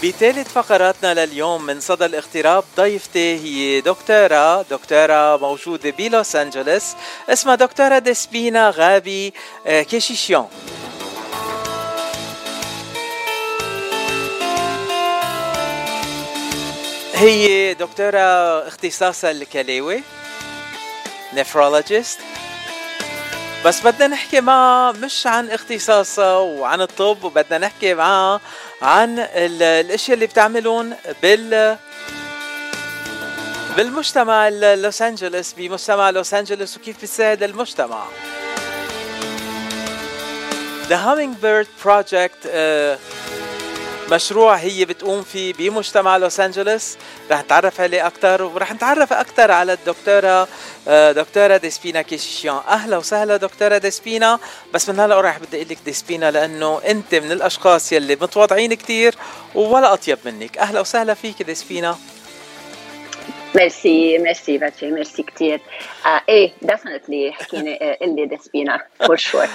بثالث فقراتنا لليوم من صدى الاغتراب ضيفتي هي دكتورة موجودة بلوس أنجلوس، اسمها دكتورة ديسبينا غابي كيشيشيون. هي دكتورة اختصاصها الكلاوي نفرولوجيست، بس بدنا نحكي معها مش عن اختصاصها وعن الطب، وبدنا نحكي معها عن الاشياء اللي بتعملون بالمجتمع لوس أنجلوس، بمجتمع لوس أنجلوس، وكيف بتساعد المجتمع. The Hummingbird Project مشروع هي بتقوم فيه بمجتمع لوس أنجلوس، رح نتعرف عليه أكتر، ورح نتعرف أكتر على دكتورة ديسبينا كيشيشيون. أهلا وسهلا دكتورة ديسبينا. بس من هلا راح بدي أقول لك ديسبينا لأنه أنت من الأشخاص يلي متواضعين كتير ولا أطيب منك. أهلا وسهلا فيك ديسبينا. ميرسي باتشي، ميرسي كتير. ايه definitely حكيني اللي ديسبينا for sure.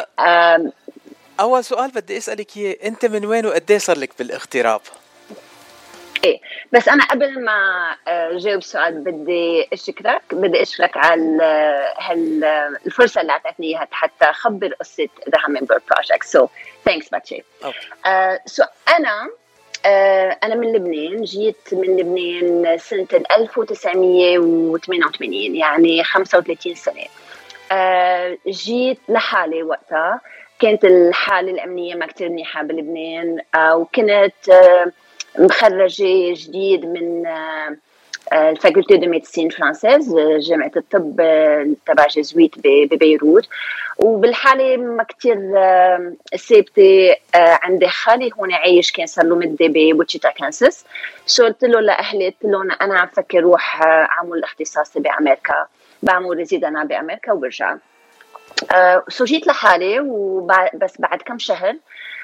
أول سؤال بدي أسألك هي أنت من وين وقديه صار لك بالاغتراب؟ إيه بس أنا قبل ما جاوب السؤال بدي أشكرك على الفرصة اللي أعطتني إياها حتى أخبر قصة The Hummingbird Project. So thanks باتشي. So أنا من لبنان، جيت من لبنان سنة 1988، يعني 35 سنة. جيت لحالي وقتها، كانت الحالة الأمنية ما كتير منيحة بلبنان، وكنت مخرجة جديد من الفاكولتي دو ميديسين فرانسيز، جامعة الطب تبع جزويت ببيروت. وبالحالة ما كتير ثابتة، عندي خالي هون عايش كان صار له مدة بويتشيتا كانساس. شو قلت له لأهلي، قلت لهم أنا عم فكر روح أعمل اختصاصي بأمريكا، بعمل ريزيد أنا بأمريكا وبرجع. سو جيت لحالي، بس بعد كم شهر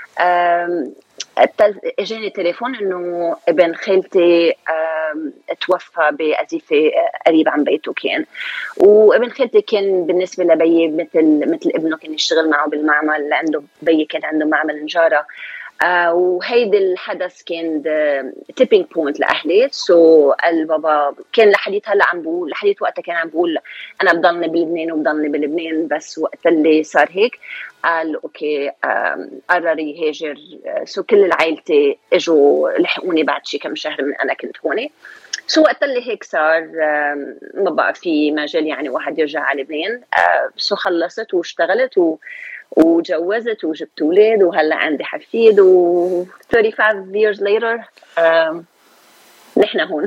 اجاني تليفون انه ابن خالتي توفى بأزيفة قريب عن بيته كان، وابن خالتي كان بالنسبة لبي مثل ابنه، كان يشتغل معه بالمعمل، عنده بي كان عنده معمل نجارة. وهيدا الحدث كان تيبينج بوينت لأهلي. سو البابا كان لحديت وقتها كان عم بقول أنا بضلني بلبنان وبضلني بلبنان، بس وقت اللي صار هيك قال أوكي، قرر يهاجر. سو كل عائلتي اجوا لحقوني بعد شي كم شهر من أنا كنت هوني. سو وقت اللي هيك صار ما بقى في مجال يعني واحد يرجع على لبنان. سو خلصت واشتغلت وجوزت وجبت أولاد، وهلا عندي حفيد، و 35 years later نحن هون.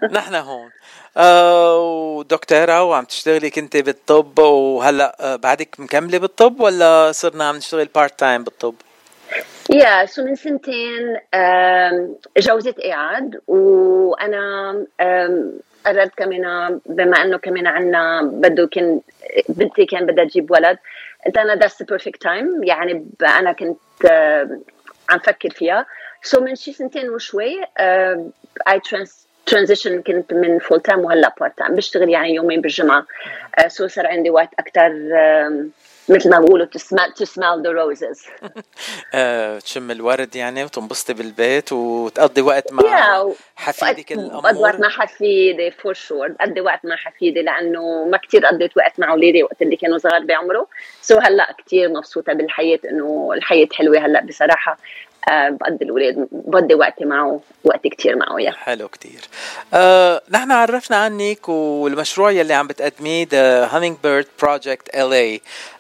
ودكتورة وعم تشتغلي كنت بالطب، وهلا بعدك مكملة بالطب ولا صرنا عم نشتغل بارت تايم بالطب؟ سو من سنتين جوزت قاعد، وأنا قررت كمان بما أنه كمان عنا بنتي كان بدها تجيب ولد، قلت أنا that's the perfect time، يعني أنا كنت عم فكر فيها. سو من شي سنتين وشوي I transition، كنت من full time وهلا part time، بشتغل يعني يومين بالجمعة. سو صار عندي وقت أكتر، مثل ما بقولوا to smell the roses. تشم الورد يعني، وتنبسطي بالبيت وتقضي وقت مع حفيدك الأمور. قضي وقت مع حفيدي for sure، قضي وقت مع حفيدي لأنه ما كتير قضيت وقت مع أولادي وقت اللي كانوا صغار بعمره. سو هلأ كتير مبسوطة بالحياة، إنه الحياة حلوة هلأ بصراحة. بقضي الأولاد، بقضي وقتي معه، وقت كتير معه يا حلو كتير. نحن عرفنا عنك والمشروع يلي عم بتقدميه The Hummingbird Project LA.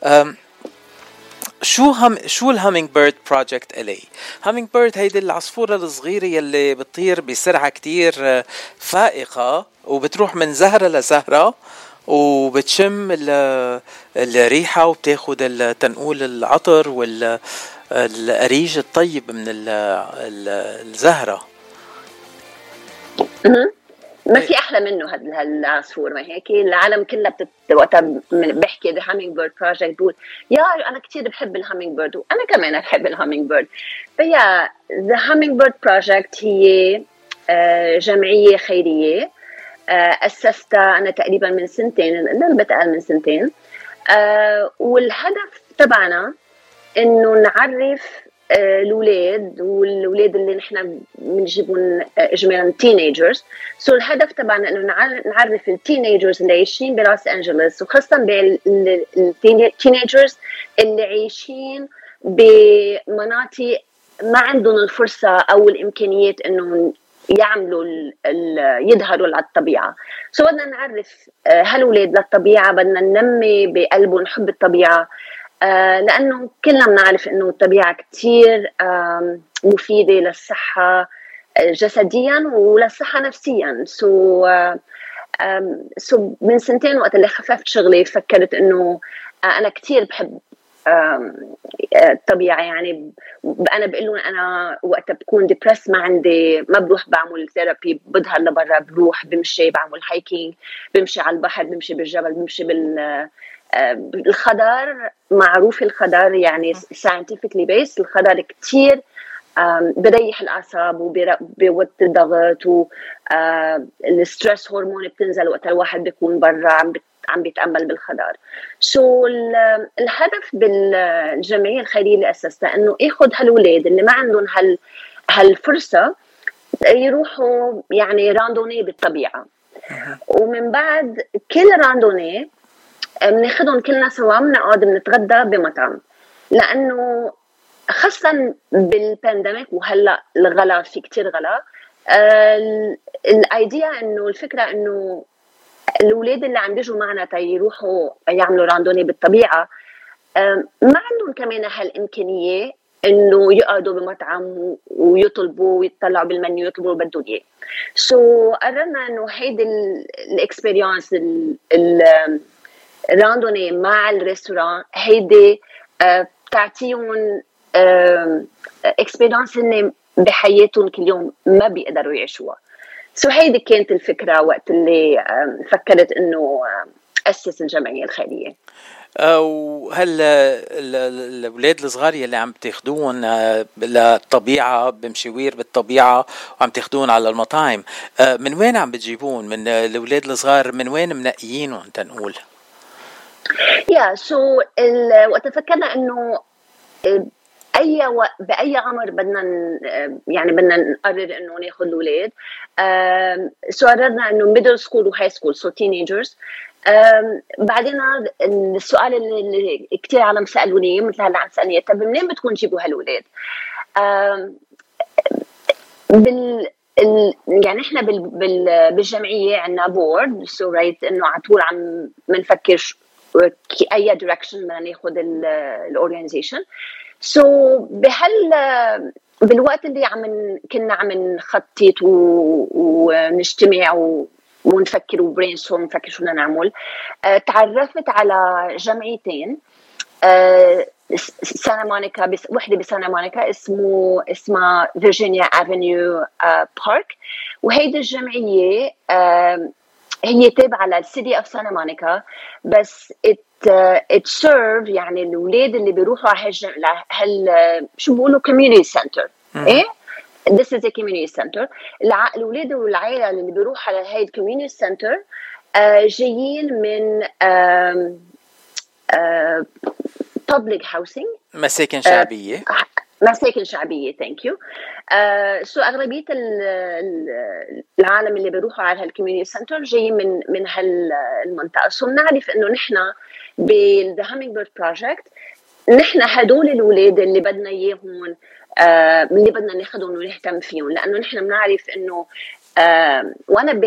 شو الهامينج بروجكت LA؟ هامينج بيرد هيدي العصفورة الصغيرة يلي بتطير بسرعة كتير فائقة، وبتروح من زهرة لزهرة، وبتشم الريحة، وبتاخد تنقول العطر والأريج الطيب من الزهرة. ما في أحلى منه هالعصفور، ما هيك العالم كلها وقتها بحكي The Hummingbird Project بقول يا أنا كتير بحب الهامينج وأنا كمان بحب الهامينج فيا The Hummingbird Project هي جمعية خيرية أسستها أنا تقريبا من سنتين، بتقال من سنتين. والهدف تبعنا إنه نعرف الأولاد والأولاد اللي نحن بنجيبهم إجمالا teenagers. الهدف تبعنا إنه نعرف التينيجرز اللي عايشين بلوس أنجلوس، وخاصة بالتينيجرز اللي عايشين بمناطق ما عندهم الفرصة أو الإمكانيات إنه يعملوا يظهروا على الطبيعة. بدنا نعرف هالأولاد للطبيعة، بدنا ننمي بقلبهم حب الطبيعة، لأنه كلنا بنعرف إنه الطبيعة كتير مفيدة للصحة جسديا وللصحة نفسيا. من سنتين وقت اللي خففت شغلي فكرت إنه أنا كتير بحب الطبيعة. يعني أنا بقول لهم أنا وقت بكون ديبرس ما بروح بعمل ثيرابي، بظهر لبرا، بروح بمشي، بعمل هايكينج، بمشي على البحر، بمشي بالجبل، بمشي الخضار. معروف الخضار يعني scientifically based، الخضار كتير بريح الأعصاب وبيوطي الضغط، والستريس هرمون بتنزل وقت الواحد بيكون برا عم بيتأمل بالخضار. الهدف بالجمعية الخيرية اللي أسستها إنه ياخد هالولاد اللي ما عندهم هالفرصة يروحوا يعني راندوني بالطبيعة، ومن بعد كل راندوني بناخدهم كلنا سوا، بنقعد بنتغدى بمطعم، لأنه خاصة بالبانديميك وهلا الغلا في كتير غلا. الايديا انه الفكرة انه الأولاد اللي عم بيجوا معنا يروحوا يعملوا راندوني بالطبيعة ما عندهم كمان هالإمكانية إنه يقعدوا بمطعم ويطلبوا ويطلعوا بالمنيو يطلبوا بدهم إياه. قررنا إنه هيدي الإكسبيرينس الراندوني مع الريستوران هيدي بتعطيهم إكسبيرينس إن بحياتهم كل يوم ما بيقدروا يعيشوها. هيدي كانت الفكرة وقت اللي فكرت إنه أسس الجمعية الخيرية. وهل الأولاد الصغار اللي عم تاخدون للطبيعة بمشوير بالطبيعة وعم تاخدون على المطاعم، من وين عم بتجيبون من الأولاد الصغار؟ من وين منقيينهم تنقول؟ وقت فكرنا إنه بأي عمر بدنا نقرر إنه ناخد الأولاد، قررنا إنه middle school و high school teenagers. بعدين السؤال اللي كتير عالم سألوني مثل هلا عم سألني، طب منين بدكم تجيبوا هالأولاد؟ يعني إحنا بالجمعية عنا بورد رايت إنه على طول عم منفكر أي direction بدنا ناخد الأورجانيزيشن. بالوقت اللي كنا عم نخطط ونجتمع ونفكر وبرينستورم نفكر شو بدنا نعمل، تعرفت على جمعيتين، سانتا مونيكا، وحده بسانتا مونيكا اسمها فيرجينيا افنيو بارك، وهيدي الجمعيه هي تابعه للسيتي اوف سانتا مونيكا، بس it serve يعني الأولاد اللي بيروحوا على شو بيقولوا community center. إيه this is a community center. الأولاد والعائلة اللي بيروحوا على هاي community center جايين من public housing، مساكن شعبية. مساكن شعبية. thank you. أغلبية العالم اللي بيروحوا على هالكوميونيتي سنتر جايين من هالمنطقة. بنعرف إنه نحن بال The Hummingbird Project نحن هدول الأولاد اللي بدنا إياهم، اللي بدنا ناخدهم ونهتم فيهم، لأنه نحن بنعرف إنه وأنا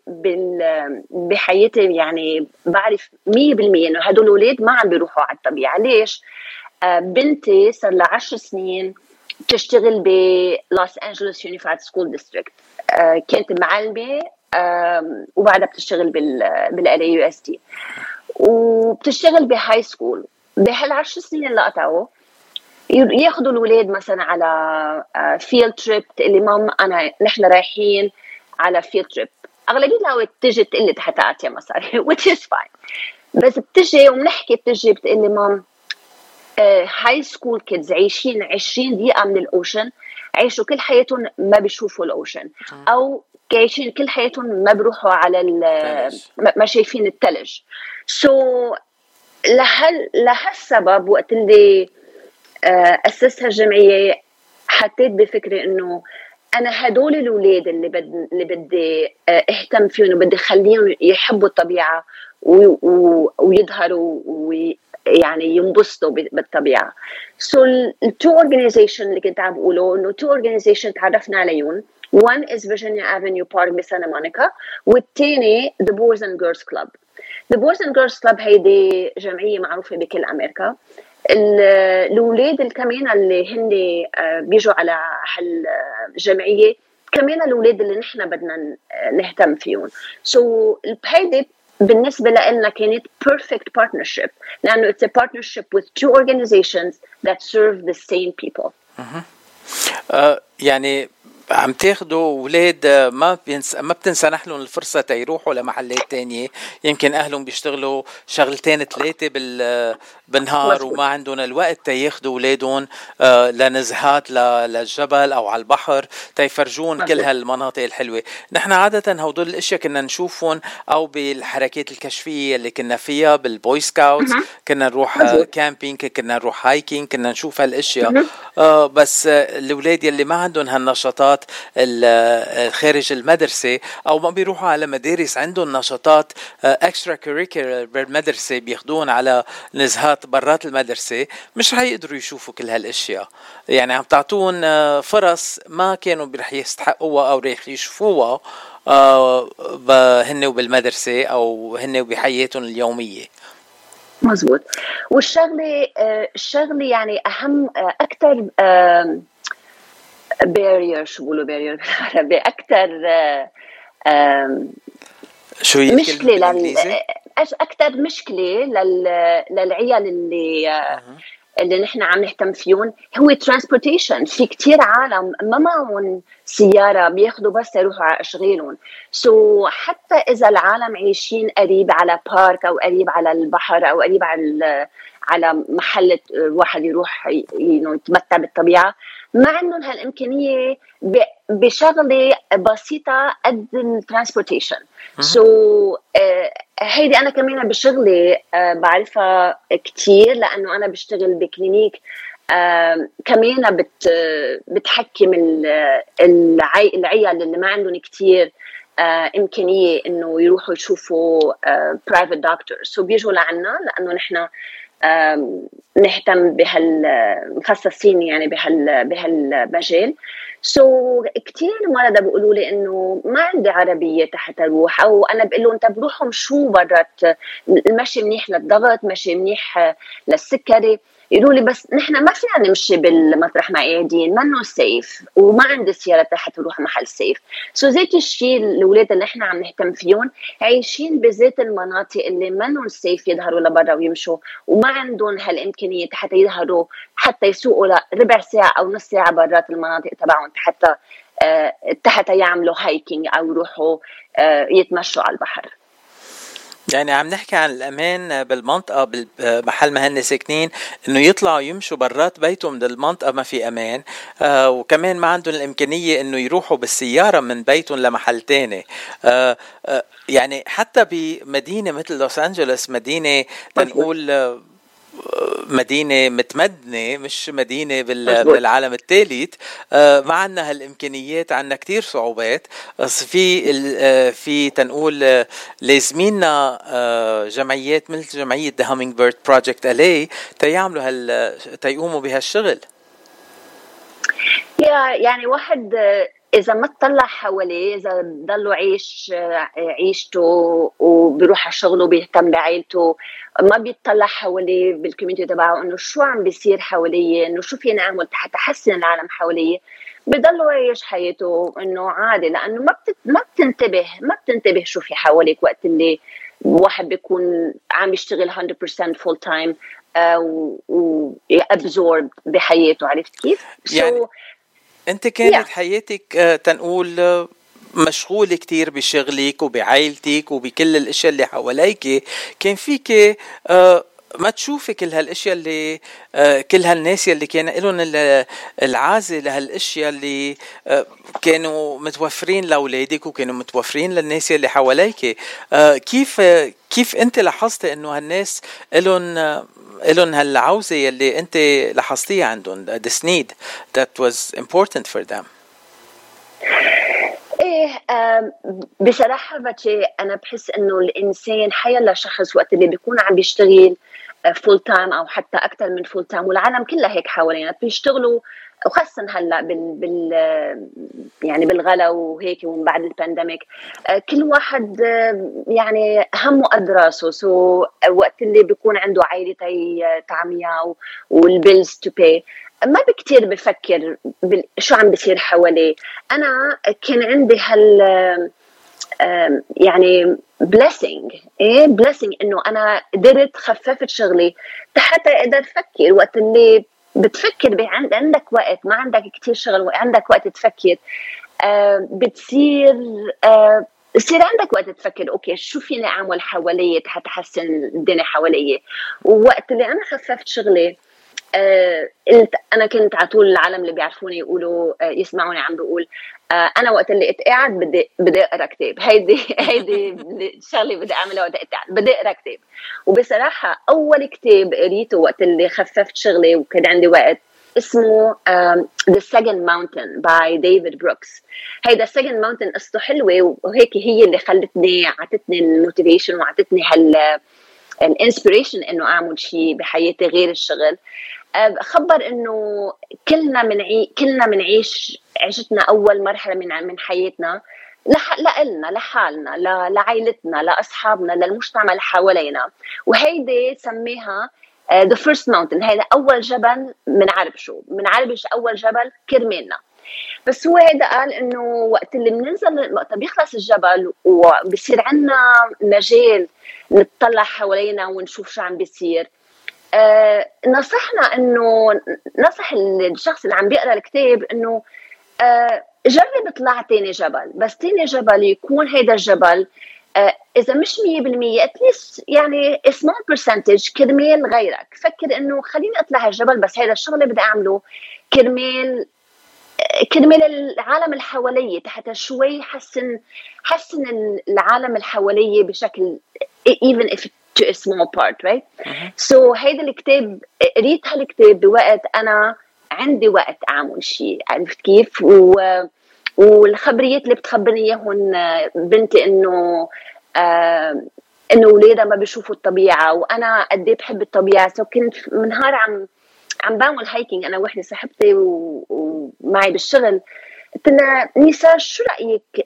بحياتي يعني بعرف 100% إنه هدول الأولاد ما عم بيروحوا على الطبيعة. ليش؟ بنتي صار لها 10 سنين بتشتغل بلوس أنجلوس يونيفايد سكول ديستريكت، كانت معلمة وبعدها بتشتغل بالLAUSD وبتشتغل بهاي سكول. بهال10 سنين اللي قطعوا ياخدوا الولاد مثلا على فيلد تريب، تقلي ماما نحن رايحين على فيلد تريب. أغلبية الأوقات بتجي تقلي تحت عاتية مصاري which is fine، بس بتجي وبنحكي بتجي بتقلي مام هاي سكول كيدز عايشين 20 دقيقة من الأوشن، عايشوا كل حياتهم ما بيشوفوا الأوشن، أو عايشين كل حياتهم ما بيروحوا على ما شايفين الثلج. لهالسبب وقت اللي أسسها الجمعية حطيت بفكرة إنه أنا هدول الأولاد اللي بدي اهتم فيهم وبدي خليهم يحبوا الطبيعة ويظهروا ويعني ينبسطوا بالطبيعة. So the two organizations اللي كنت عم بقوله إنه two organizations تعرفنا عليهم. One is Virginia Avenue Park بسانتا مونيكا, والتاني The Boys and Girls Club. The Boys and Girls Club هيدي جمعية معروفة بكل أمريكا. الأولاد الكمان اللي هن بيجوا على هالجمعية كمان الأولاد اللي نحن بدنا نهتم فيهم. So هيدي بالنسبة لنا كانت perfect partnership لأنه it's a partnership with two organizations that serve the same people. يعني عم تاخدوا أولاد ما بتنسنح لهم الفرصة يروحوا لمحلات تانية يمكن أهلهم بيشتغلوا شغلتين ثلاثة بالنهار وما عندهم الوقت ياخدوا أولادهم لنزهات للجبل أو على البحر تيفرجون كل هالمناطق الحلوة. نحن عادة هودول الأشياء كنا نشوفهم أو بالحركات الكشفية اللي كنا فيها بالبوي سكاوتس, كنا نروح كامبينج, كنا نروح هايكينج, كنا نشوف هالأشياء. بس الأولاد يلي ما عندهم هالنشاطات خارج المدرسة أو ما بيروحوا على مدارس عندهم نشاطات extra curricular بالمدرسة بياخدون على نزهات برات المدرسة, مش هيقدروا يشوفوا كل هالأشياء. يعني عم تعطون فرص ما كانوا برح يستحقوها أو رح يشوفوها هن وبالمدرسة أو هن بحياتهم اليومية. مزبوط. والشغلة يعني أهم أكتر barrier, شو بقولوا barrier بالعربي, أكتر مشكلة أكتر مشكلة للعيال اللي نحن عم نهتم فيهم هو transportation. في كتير عالم ما معهم سيارة بياخدوا بس يروحوا على أشغالهم. so حتى إذا العالم عايشين قريب على بارك أو قريب على البحر أو قريب على محل واحد يروح يتمتع بالطبيعة, ما عندهم هالإمكانية بشغلة بسيطة قد الترانسبورتيشن. so هيدي أنا كمان بشغلي بعرفها كتير لأنه أنا بشتغل بكلينيك كمان بتحكم العيال اللي ما عندهم كتير إمكانية إنه يروحوا يشوفوا private doctors. so بيجوا لعنا لأنه نحن نهتم مخصصين يعني بهالمجال. so كتير مرضى بيقولوا لي انه ما عندي عربيه تحت اروح, او انا بقول لهم طب روحوا مشوا برات, المشي منيح للضغط, مشي منيح للسكري. يقولوا لي بس نحن ما فينا نمشي بالمطرح ما قاعدين, منه سيف وما عندي سيارة تحت تروح محل سيف. سو ذات الشيء الأولاد اللي نحن عم نهتم فيهم عايشين بذات المناطق اللي منهم سيف يظهروا لبرا ويمشوا, وما عندهم هالإمكانية حتى يظهروا حتى يسوقوا ربع ساعة أو نص ساعة برات المناطق تبعهم حتى يعملوا هايكينج أو يروحوا يتمشوا على البحر. يعني عم نحكي عن الأمان بالمنطقة بمحل ما هن ساكنين, إنه يطلعوا يمشوا برات بيتهم من المنطقة ما في أمان, وكمان ما عندهم الإمكانية إنه يروحوا بالسيارة من بيتهم لمحل تاني. يعني حتى بمدينة مثل لوس أنجلوس, مدينة تنقول مدينة متمدنة مش مدينة بالعالم الثالث, ما عنا هالإمكانيات, عنا كتير صعوبات. في تنقول لازمينا جمعيات مثل جمعية The Hummingbird Project LA تيقوموا بهالشغل. يعني واحد إذا ما تطلع حواليه, إذا ضلوا عيشته وبيروح على شغله بيهتم بعائلته, ما بيطلع حواليه بالكوميونتي تبعه إنه شو عم بيصير حواليه, إنه شو فينا نعمل حتى حسن العالم حواليه, بيضلوا يعيش حياته إنه عادي, لأنه ما بتنتبه شو في حواليك وقت اللي واحد بيكون عم يشتغل 100% full time ويأبزورب بحياته. عرفت كيف؟ يعني أنت كانت حياتك تنقول مشغولة كتير بشغلك وبعائلتك وبكل الاشياء اللي حواليك, كان فيك ما تشوفي كل هالاشياء اللي كل هالناس اللي كان لهم العازة لهالاشياء اللي كانوا متوفرين لاولادك وكانوا متوفرين للناس اللي حواليك. كيف انت لاحظت انه هالناس لهم إلهم هالعوزة يلي أنت لاحظتيها عندهم, this need that was important for them. ايه بصراحة باتشي أنا بحس إنه الإنسان حيلا شخص وقت اللي بيكون عم بيشتغل فول تايم أو حتى أكثر من فول تايم, والعالم كلها هيك حوالينا بيشتغلوا, وخاصة هلا يعني بالغلا وهيك ومن بعد البانديميك كل واحد يعني همه قد راسه. سو وقت اللي بيكون عنده عائلة تعميها والبيلز تو باي ما بكتير بفكر شو عم بيصير حواليه. أنا كان عندي يعني blessing إنه أنا قدرت خففت شغلي حتى أقدر أفكر. وقت اللي بتفكر عندك وقت, ما عندك كتير شغل وعندك وقت تفكر, يصير عندك وقت تفكر أوكي شو فيني أعمل حوالي حتى أحسن الدنيا حوالي. ووقت اللي أنا خففت شغلي أنا كنت على طول العالم اللي بيعرفوني يقولوا يسمعوني عم بقول أنا وقت اللي قاعد بدي أقرأ كتاب. هيدي الشغلة بدي أعملها وقت قاعد بدي أقرأ كتاب. وبصراحة أول كتاب قريته وقت اللي خففت شغلي وكان عندي وقت اسمه The Second Mountain by David Brooks. هيدا Second Mountain قصته حلوة, وهيك هي اللي عطتني الموتيفيشن وعطتني الانسبريشن انه اعمل شيء بحياتي غير الشغل. خبر انه كلنا منعيش عشتنا اول مرحله من حياتنا لنا لحالنا لعائلتنا لاصحابنا للمجتمع اللي حوالينا, وهيدي سميها the first mountain. هيدا اول جبل منعربش اول جبل كرمالنا. بس هو هيدا قال انه وقت اللي بننزل وقت بيخلص الجبل وبصير عنا مجال نتطلع حوالينا ونشوف شو عم بيصير, نصح الشخص اللي عم بيقرأ الكتاب انه جرب اطلع تاني جبل, بس تاني جبل يكون هيدا الجبل اذا مش 100% اتليست يعني small percentage كرمال غيرك. فكر انه خليني اطلع الجبل, بس هيدا الشغل اللي بدي اعمله كرمال العالم اللي حواليه حتى شوي حسن العالم اللي حواليه بشكل even if to a small part, right? So هيدا الكتاب قريت هالكتاب بوقت أنا عندي وقت أعمل شيء, عرفت كيف؟ والخبريات اللي بتخبرني إياهن بنتي إنه أولادها ما بيشوفوا الطبيعة, وأنا قدي بحب الطبيعة. So كنت من نهار عم بعمل هايكينج أنا وحدة صاحبتي ومعي بالشغل. قلت لها نيسا شو رأيك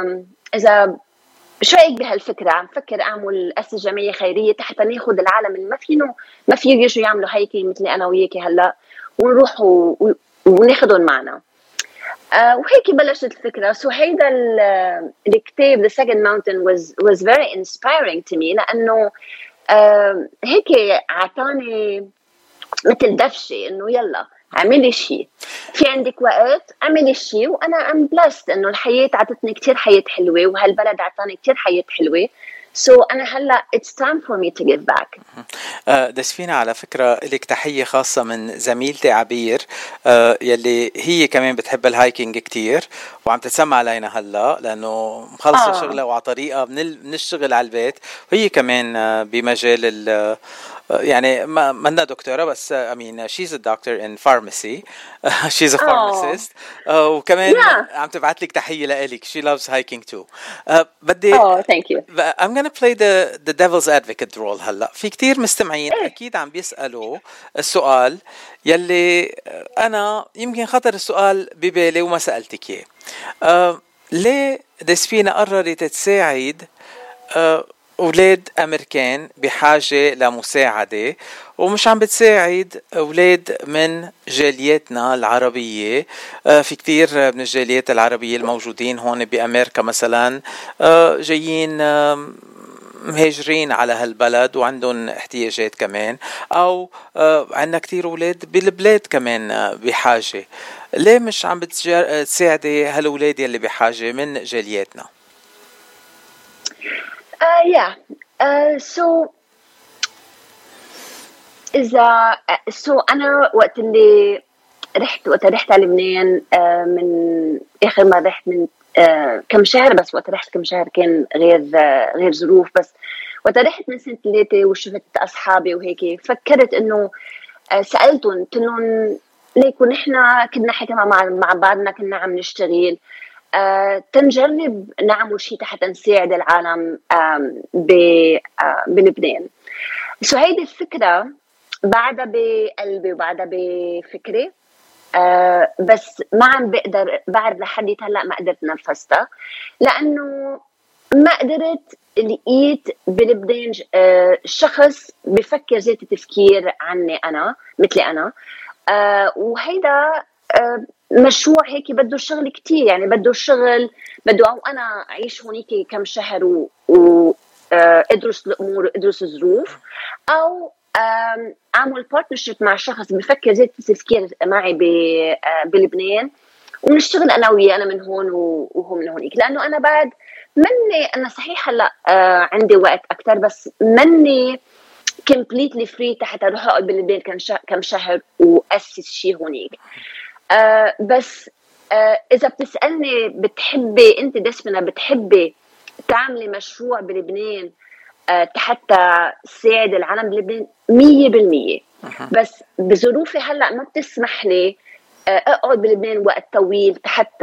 شو رأيك بهالفكرة؟ عم فكر أعمل أسس جمعية خيرية حتى ناخد العالم اللي ما فيه يجوا يعملوا هايكينج مثل أنا وياكي هلا, ونروح وناخدهم معنا. وهيك بلشت الفكرة. سو هيدا الكتاب The Second Mountain was very inspiring to me, لأنه هيك عطاني مثل دفشة إنه يلا اعملي شيء, في عندك وقت اعملي شيء. وانا ام بلست انه الحياه عطتني كتير حياه حلوه, وهالبلد عطاني كتير حياه حلوه. So أنا هلا it's time for me to give back. دسفينا على فكرة لك تحية خاصة من زميلتي عبير يلي هي كمان بتحب الهايكينج كتير وعم تتسمع علينا هلا لأنه مخلصة شغلة وعلى طريقة من الشغل على البيت, وهي كمان بمجال يعني ما دكتورة بس I mean she's a doctor in pharmacy she's a pharmacist وكمان عم تبعت لك تحية لإلك. she loves hiking too. بدي thank you. I'm gonna play the devil's advocate role هلا. في كتير مستمعين أكيد عم بيسألوا السؤال يلي أنا يمكن خطر السؤال ببالي وما سألتك إياه. ليه دسفينا قررت تساعد أولاد أمريكان بحاجة لمساعدة ومش عم بتساعد أولاد من جالياتنا العربية؟ في كتير من الجاليات العربية الموجودين هون بأمريكا مثلا جايين مهاجرين على هالبلد وعندهم احتياجات كمان, أو عندنا كتير أولاد بالبلاد كمان بحاجة. ليه مش عم بتساعدي هالأولاد يلي بحاجة من جالياتنا؟ So أنا وقت اللي رحت على لبنان من آخر ما رحت من كم شهر, بس وقت رحت كم شهر كان غير ظروف. بس وترحت من سنة 3 وشفت أصحابي وهيك فكرت إنه سألتهم قلت لهم ليكوا نحن كنا حكي مع بعضنا كنا عم نشتغل تنجرب نعمل شيء حتى نساعد العالم بلبنان. هيدي الفكرة بعدها بقلبي وبعدها بفكري بس ما عم بقدر بعد لحد هلا ما قدرت نفذتها لأنه ما قدرت لقيت بلبنان شخص بفكر ذات التفكير عني أنا مثلي أنا وهيدا مشروع هيك بده شغل كتير يعني بده شغل بده أو أنا أعيش هونيك كم شهر وأدرس الأمور وأدرس الظروف أو أعمل بارتنرشيب مع شخص بفكر ذات التفكير معي بلبنان ونشتغل أنا وياه أنا من هون وهو من هونيك لأنه أنا بعد مني أنا صحيح هلا عندي وقت أكتر بس مني completely free حتى أروح أقعد بلبنان كم شهر وأسس شيء هونيك بس إذا بتسألني بتحبي أنت دسمنا بتحبي تعملي مشروع بلبنان حتى ساعد العالم بلبنان 100% بس بظروفي هلأ ما بتسمح لي أقعد بلبنان وقت طويل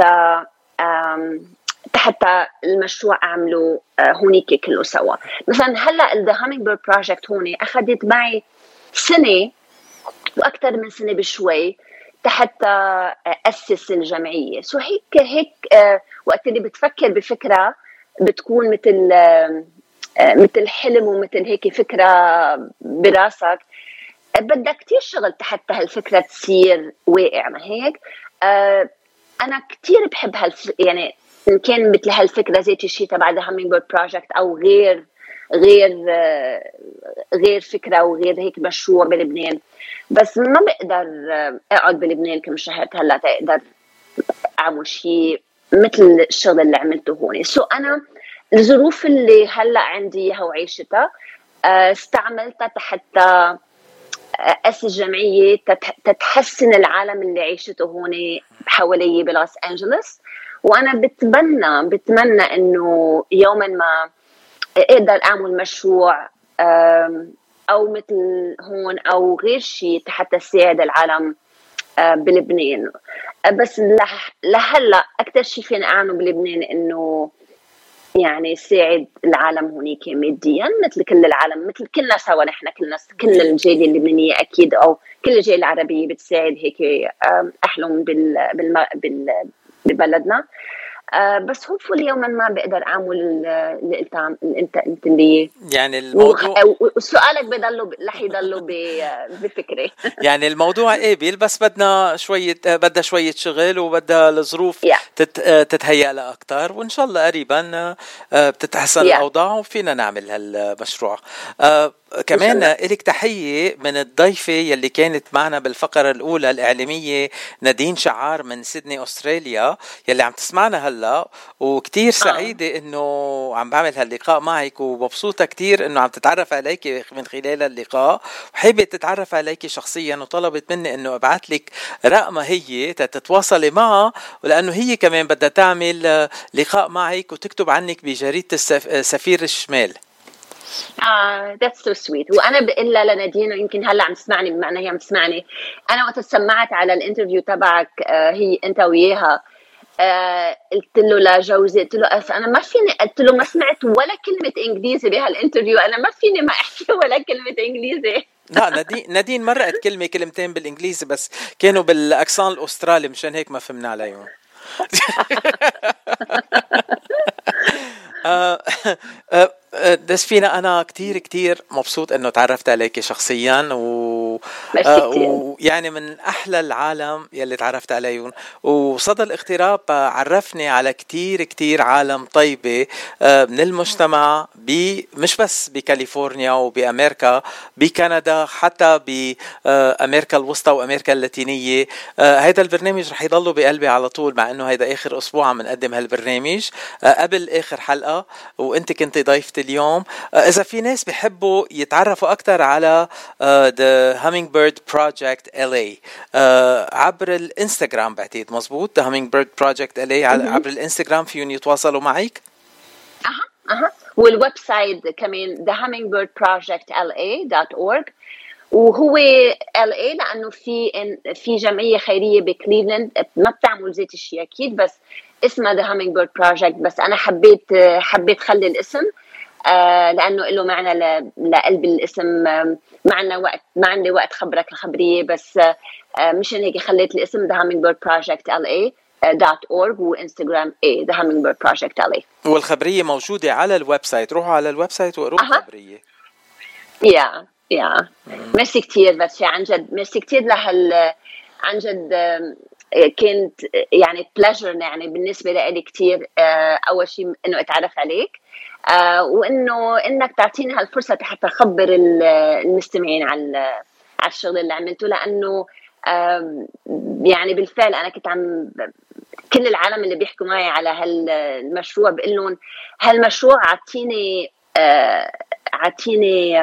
حتى المشروع أعمله هونيك كله سوا. مثلا هلأ The Hummingbird Project هوني أخذت معي سنة وأكثر من سنة بشوي حتى أسس الجمعية. هيك وقت اللي بتفكر بفكرة بتكون مثل حلم ومثل هيك فكرة براسك بدك كتير شغل حتى هالفكرة تصير واقع. ما هيك أنا كتير بحب يعني إن كان مثل هالفكرة زي الشيء تبع The Hummingbird Project أو غير فكرة وغير هيك مشروع بلبنان بس ما بقدر أقعد بلبنان كم شهر هلا تقدر أعمل شيء مثل الشغل اللي عملته هون. أنا الظروف اللي هلا عندي اياها وعيشتها استعملتها حتى أسس جمعية تتحسن العالم اللي عيشته هون حوالي بلوس أنجلوس وأنا بتمنى إنه يوما ما أقدر أعمل مشروع أو مثل هون أو غير شيء حتى ساعد العالم بلبنان. بس لهلا أكتر شيء فينا أعمله بلبنان إنه يعني ساعد العالم هونيك ماديا مثل كل العالم مثل كلنا سوا نحن كل الجالية اللبنانية أكيد أو كل الجالية العربية بتساعد هيك أهلهم ببلدنا بس هو اليوم ما بقدر أعمل اللي أنت اللي يعني الموضوع وسؤالك رح يضلوا بفكري يعني الموضوع قابل بس بدنا شوية شغل وبدها الظروف تتهيأ لها أكتر وإن شاء الله قريبا بتتحسن الأوضاع وفينا نعمل هالمشروع. كمان إلك تحية من الضيفة يلي كانت معنا بالفقرة الأولى الإعلامية نادين شعار من سيدني أستراليا يلي عم تسمعنا هلا وكتير سعيدة إنه عم بعمل هاللقاء معك ومبسوطة كتير إنه عم تتعرف عليك من خلال اللقاء وحابة تتعرف عليك شخصيا وطلبت مني إنه أبعث لك رقمها هي تتواصلي معها ولأنه هي كمان بدها تعمل لقاء معك وتكتب عنك بجريدة سفير الشمال. that's so sweet. وأنا بقولها لنادين ويمكن هلا عم تسمعني بما أنها هي عم تسمعني أنا وقت سمعت على الانترفيو تبعك هي أنت وياها قلت له لجوزي قلت له أنا ما فيني قلت له ما سمعت ولا كلمة إنجليزي بهالانترفيو أنا ما فيني ما أحكي ولا كلمة إنجليزي. لا نادين مرقت كلمتين بالإنجليزي بس كانوا بالأكسان الأسترالي مشان هيك ما فهمنا عليهم. دسفينا أنا كتير مبسوط إنه تعرفت عليك شخصيا ويعني من أحلى العالم يلي تعرفت عليهم وصدى الاغتراب عرفني على كتير عالم طيبة من المجتمع مش بس بكاليفورنيا وبأمريكا بكندا حتى بأمريكا الوسطى وأمريكا اللاتينية. هيدا البرنامج رح يضله بقلبي على طول مع إنه هيدا آخر أسبوع عم نقدم هالبرنامج قبل آخر حلقة وأنت كنت ضيفتي اليوم. إذا في ناس بيحبوا يتعرفوا أكتر على The Hummingbird Project LA عبر الإنستغرام بعتقد مزبوط The Hummingbird Project LA عبر الإنستغرام فيهم يتواصلوا معك. والويب سايت كمان thehummingbirdprojectla.org. وهو LA لأنه في جمعية خيرية بكليفلاند ما بتعمل زيت الشياكيل بس اسمها The Hummingbird Project. بس أنا حبيت خلي الاسم لأنه له معنى لقلب الاسم. ما عندي وقت خبرك الخبرية بس مشان هيك خليت الاسم The Hummingbird Project LA.org وإنستغرام The Hummingbird Project LA. والخبرية موجودة على الويب سايت، روحوا على الويب سايت وقروا الخبرية. ميرسي كتير بس عن جد ميرسي كتير عن جد كنت يعني بلاجر يعني بالنسبة لي كتير أول شيء إنه أتعرف عليك وإنه إنك تعطيني هالفرصة حتى أخبر المستمعين على الشغل اللي عملته لأنه يعني بالفعل أنا كنت كل العالم اللي بيحكوا معي على هالمشروع بقول لهم هالمشروع عطيني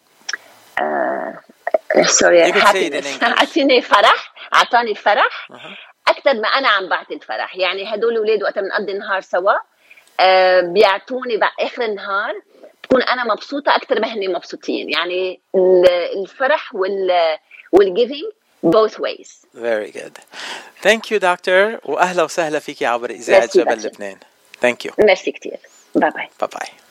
عطاني فرح أكتر ما أنا عم بعطي الفرح. يعني هدول الأولاد وقت بنقضي النهار سوا بيعطوني بآخر النهار بكون أنا مبسوطة أكتر ما هني مبسوطين. يعني الفرح والgiving both ways. Very good. Thank you doctor وأهلا وسهلا فيكي عبر إذاعة جبل لبنان. Thank you. ميرسي كتير. باي باي. باي باي.